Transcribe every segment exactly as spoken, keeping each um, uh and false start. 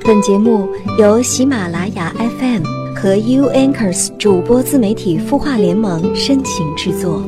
本节目由喜马拉雅 F M 和 U Anchors 主播自媒体孵化联盟深情制作。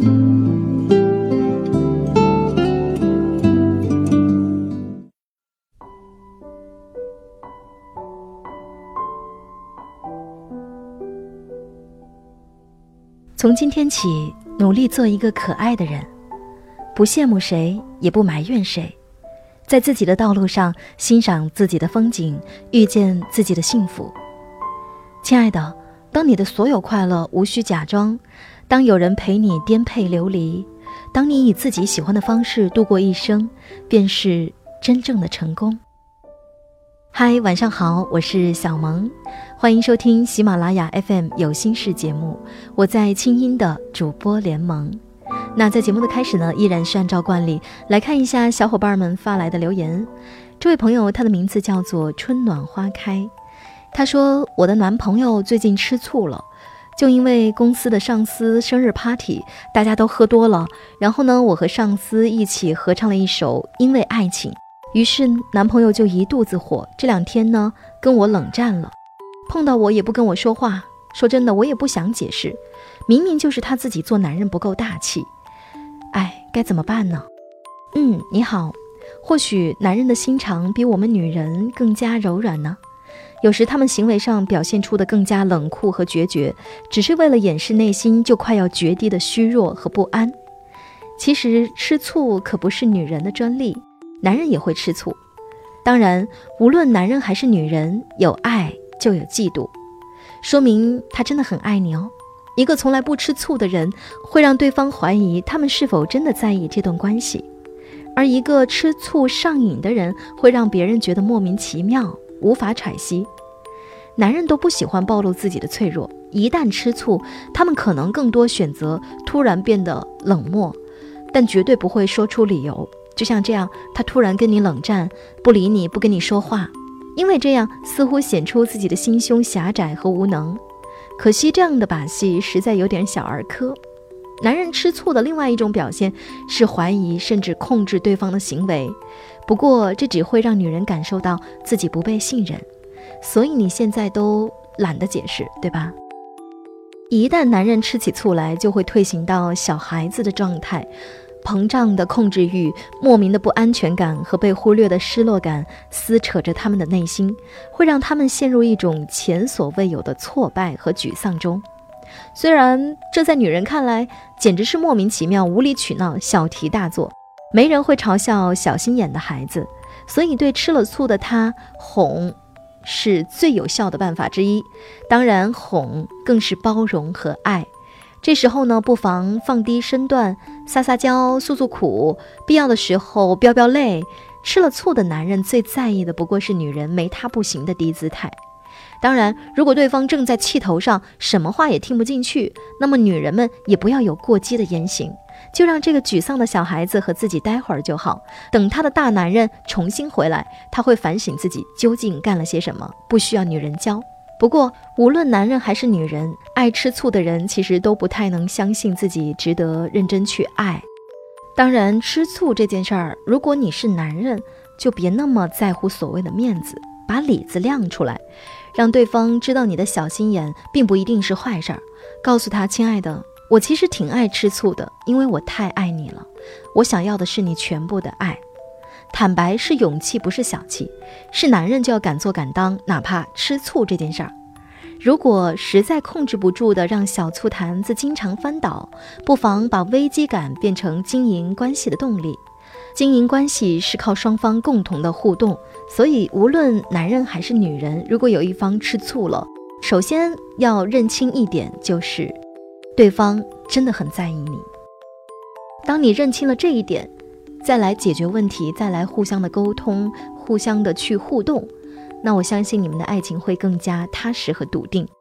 从今天起，努力做一个可爱的人，不羡慕谁，也不埋怨谁，在自己的道路上欣赏自己的风景，遇见自己的幸福。亲爱的，当你的所有快乐无需假装，当有人陪你颠沛流离，当你以自己喜欢的方式度过一生，便是真正的成功。嗨，晚上好，我是小萌，欢迎收听喜马拉雅 F M 有心事节目，我在清音的主播联盟。那在节目的开始呢，依然是按照惯例来看一下小伙伴们发来的留言。这位朋友，他的名字叫做春暖花开，他说，我的男朋友最近吃醋了，就因为公司的上司生日 party， 大家都喝多了，然后呢，我和上司一起合唱了一首《因为爱情》，于是男朋友就一肚子火，这两天呢跟我冷战了，碰到我也不跟我说话。说真的，我也不想解释，明明就是他自己做男人不够大气。哎，该怎么办呢？嗯，你好，或许男人的心肠比我们女人更加柔软呢。有时他们行为上表现出的更加冷酷和决绝，只是为了掩饰内心就快要决堤的虚弱和不安。其实吃醋可不是女人的专利，男人也会吃醋。当然，无论男人还是女人，有爱就有嫉妒，说明他真的很爱你哦。一个从来不吃醋的人，会让对方怀疑他们是否真的在意这段关系，而一个吃醋上瘾的人，会让别人觉得莫名其妙，无法揣析。男人都不喜欢暴露自己的脆弱，一旦吃醋，他们可能更多选择突然变得冷漠，但绝对不会说出理由。就像这样，他突然跟你冷战，不理你，不跟你说话，因为这样似乎显出自己的心胸狭窄和无能。可惜这样的把戏实在有点小儿科。男人吃醋的另外一种表现是怀疑甚至控制对方的行为，不过这只会让女人感受到自己不被信任，所以你现在都懒得解释，对吧？一旦男人吃起醋来，就会退行到小孩子的状态，膨胀的控制欲，莫名的不安全感和被忽略的失落感撕扯着他们的内心，会让他们陷入一种前所未有的挫败和沮丧中。虽然这在女人看来简直是莫名其妙、无理取闹、小题大做，没人会嘲笑小心眼的孩子，所以对吃了醋的他，哄是最有效的办法之一。当然，哄更是包容和爱。这时候呢，不妨放低身段，撒撒娇，诉诉苦，必要的时候飙飙泪。吃了醋的男人最在意的不过是女人没他不行的低姿态。当然，如果对方正在气头上，什么话也听不进去，那么女人们也不要有过激的言行，就让这个沮丧的小孩子和自己待会儿就好。等他的大男人重新回来，他会反省自己究竟干了些什么，不需要女人教。不过无论男人还是女人，爱吃醋的人其实都不太能相信自己值得认真去爱。当然，吃醋这件事儿，如果你是男人，就别那么在乎所谓的面子，把里子亮出来，让对方知道你的小心眼并不一定是坏事儿。告诉他，亲爱的，我其实挺爱吃醋的，因为我太爱你了，我想要的是你全部的爱。坦白是勇气，不是小气，是男人就要敢做敢当，哪怕吃醋这件事儿。如果实在控制不住的让小醋坛子经常翻倒，不妨把危机感变成经营关系的动力。经营关系是靠双方共同的互动，所以无论男人还是女人，如果有一方吃醋了，首先要认清一点，就是对方真的很在意你。当你认清了这一点，再来解决问题，再来互相的沟通，互相的去互动，那我相信你们的爱情会更加踏实和笃定。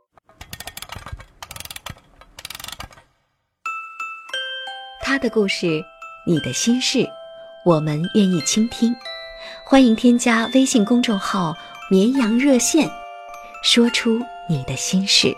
他的故事，你的心事，我们愿意倾听。欢迎添加微信公众号绵羊热线，说出你的心事。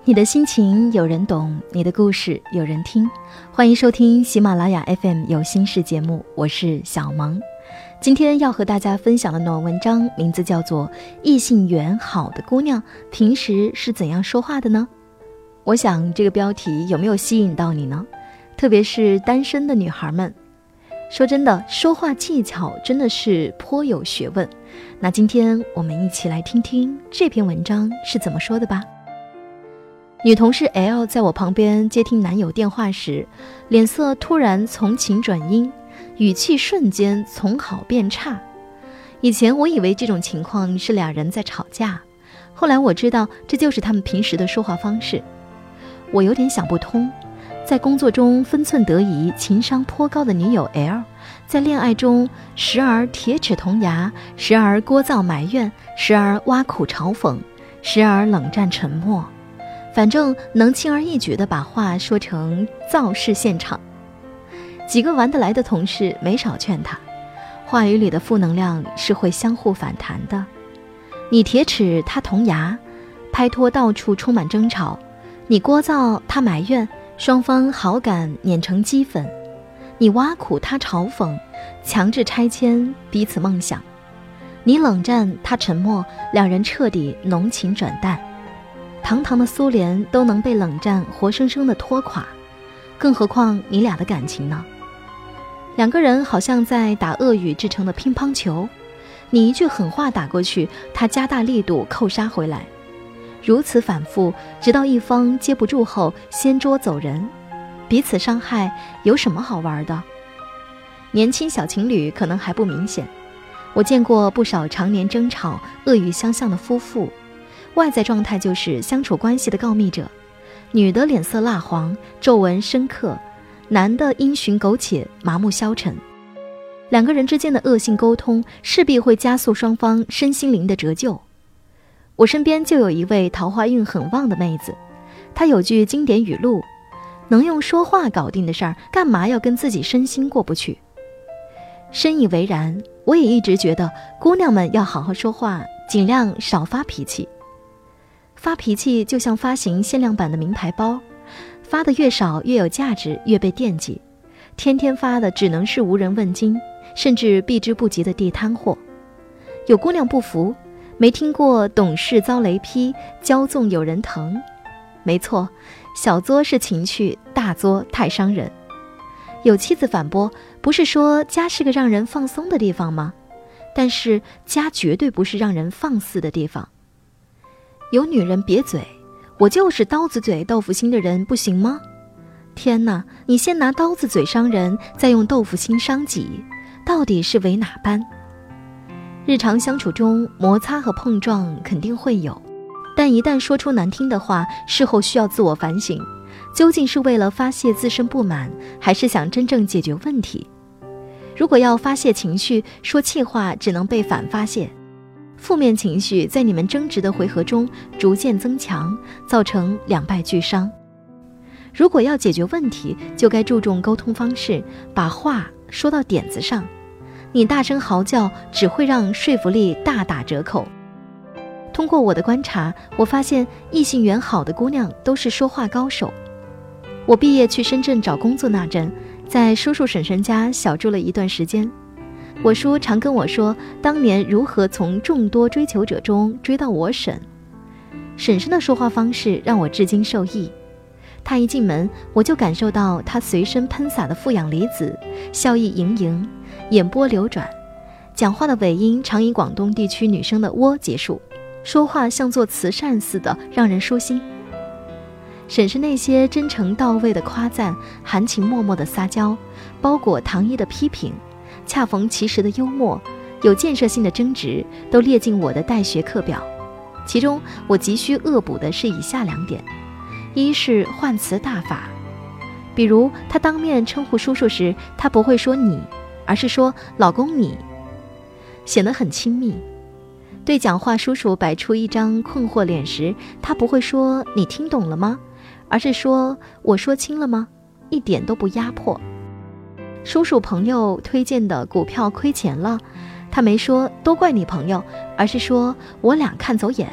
你的心情有人懂，你的故事有人听。欢迎收听喜马拉雅 F M 有心事节目，我是小萌。今天要和大家分享的暖文章名字叫做《异性缘好的姑娘平时是怎样说话的呢》。我想这个标题有没有吸引到你呢？特别是单身的女孩们。说真的，说话技巧真的是颇有学问。那今天我们一起来听听这篇文章是怎么说的吧。女同事 L 在我旁边接听男友电话时，脸色突然从晴转阴，语气瞬间从好变差。以前我以为这种情况是俩人在吵架，后来我知道这就是他们平时的说话方式。我有点想不通，在工作中分寸得宜、情商颇高的女友 L， 在恋爱中时而铁齿铜牙，时而聒噪埋怨，时而挖苦嘲讽，时而冷战沉默，反正能轻而易举地把话说成造势现场。几个玩得来的同事没少劝他，话语里的负能量是会相互反弹的。你铁齿，他铜牙，拍拖到处充满争吵；你聒噪，他埋怨，双方好感碾成齑粉；你挖苦，他嘲讽，强制拆迁彼此梦想；你冷战，他沉默，两人彻底浓情转淡。堂堂的苏联都能被冷战活生生的拖垮，更何况你俩的感情呢？两个人好像在打俄语制成的乒乓球，你一句狠话打过去，他加大力度扣杀回来，如此反复，直到一方接不住后掀桌走人。彼此伤害有什么好玩的？年轻小情侣可能还不明显，我见过不少常年争吵恶语相向的夫妇，外在状态就是相处关系的告密者，女的脸色蜡黄，皱纹深刻，男的因循苟且，麻木消沉。两个人之间的恶性沟通势必会加速双方身心灵的折旧。我身边就有一位桃花运很旺的妹子，她有句经典语录：能用说话搞定的事儿，干嘛要跟自己身心过不去？深以为然，我也一直觉得姑娘们要好好说话，尽量少发脾气。发脾气就像发行限量版的名牌包，发的越少越有价值，越被惦记。天天发的只能是无人问津，甚至避之不及的地摊货。有姑娘不服，没听过懂事遭雷劈，骄纵有人疼。没错，小作是情趣，大作太伤人。有妻子反驳，不是说家是个让人放松的地方吗？但是家绝对不是让人放肆的地方。有女人瘪嘴，我就是刀子嘴豆腐心的人，不行吗？天哪，你先拿刀子嘴伤人，再用豆腐心伤己，到底是为哪般？日常相处中摩擦和碰撞肯定会有，但一旦说出难听的话，事后需要自我反省，究竟是为了发泄自身不满，还是想真正解决问题？如果要发泄情绪，说气话只能被反发泄，负面情绪在你们争执的回合中逐渐增强，造成两败俱伤。如果要解决问题，就该注重沟通方式，把话说到点子上。你大声嚎叫只会让说服力大打折扣。通过我的观察，我发现异性缘好的姑娘都是说话高手。我毕业去深圳找工作那阵，在叔叔婶婶家小住了一段时间。我叔常跟我说当年如何从众多追求者中追到我婶。婶婶的说话方式让我至今受益。她一进门，我就感受到她随身喷洒的负氧离子，笑意盈盈，眼波流转，讲话的尾音常以广东地区女生的窝结束，说话像做慈善似的，让人舒心。婶婶那些真诚到位的夸赞，含情脉脉的撒娇，包裹糖衣的批评，恰逢其时的幽默，有建设性的争执，都列进我的待学课表。其中我急需恶补的是以下两点：一是换词大法，比如他当面称呼叔叔时，他不会说你，而是说老公你，显得很亲密。对讲话叔叔摆出一张困惑脸时，他不会说你听懂了吗，而是说我说清了吗，一点都不压迫。叔叔朋友推荐的股票亏钱了，他没说都怪你朋友，而是说我俩看走眼，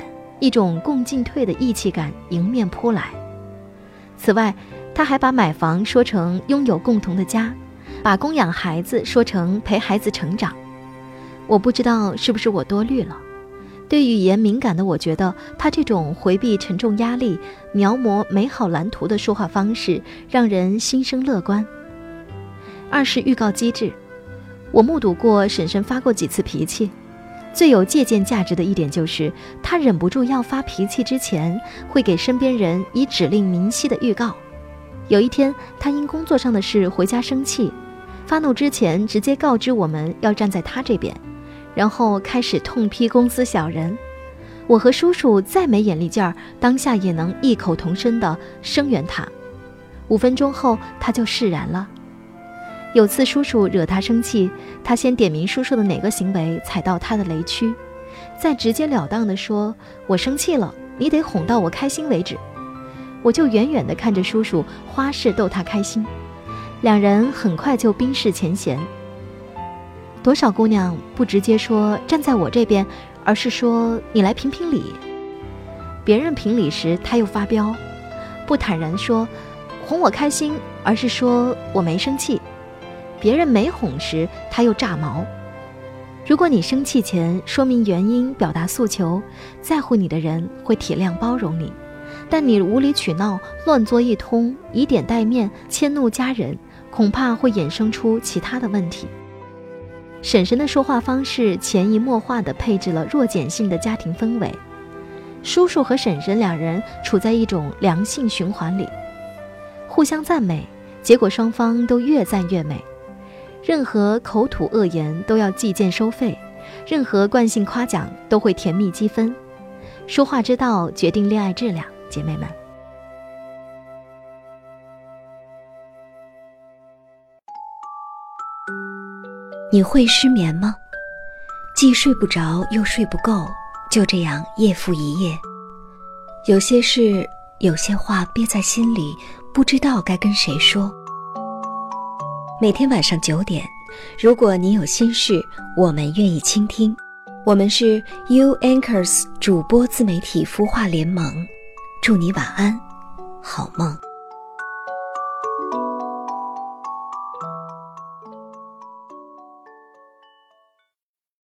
一种共进退的义气感迎面扑来。此外，他还把买房说成拥有共同的家，把供养孩子说成陪孩子成长。我不知道是不是我多虑了，对语言敏感的我觉得他这种回避沉重压力、描摹美好蓝图的说话方式让人心生乐观。二是预告机制，我目睹过婶婶发过几次脾气，最有借鉴价值的一点就是她忍不住要发脾气之前会给身边人以指令明晰的预告。有一天她因工作上的事回家生气，发怒之前直接告知我们要站在她这边，然后开始痛批公司小人。我和叔叔再没眼力劲儿，当下也能异口同声地声援她。五分钟后她就释然了。有次叔叔惹她生气，她先点名叔叔的哪个行为踩到她的雷区，再直截了当地说，我生气了，你得哄到我开心为止。我就远远地看着叔叔花式逗她开心，两人很快就冰释前嫌。多少姑娘不直接说站在我这边，而是说你来评评理。别人评理时她又发飙，不坦然说哄我开心，而是说我没生气。别人没哄时她又炸毛。如果你生气前说明原因，表达诉求，在乎你的人会体谅包容你，但你无理取闹，乱作一通，以点带面，迁怒家人，恐怕会衍生出其他的问题。婶婶的说话方式潜移默化地配置了弱碱性的家庭氛围，叔叔和婶婶两人处在一种良性循环里，互相赞美，结果双方都越赞越美。任何口吐恶言都要计件收费，任何惯性夸奖都会甜蜜积分。说话之道决定恋爱质量，姐妹们。 你会失眠吗？既睡不着又睡不够，就这样夜复一夜。有些事，有些话憋在心里，不知道该跟谁说。每天晚上九点，如果你有心事，我们愿意倾听。我们是 You Anchors 主播自媒体孵化联盟，祝你晚安，好梦。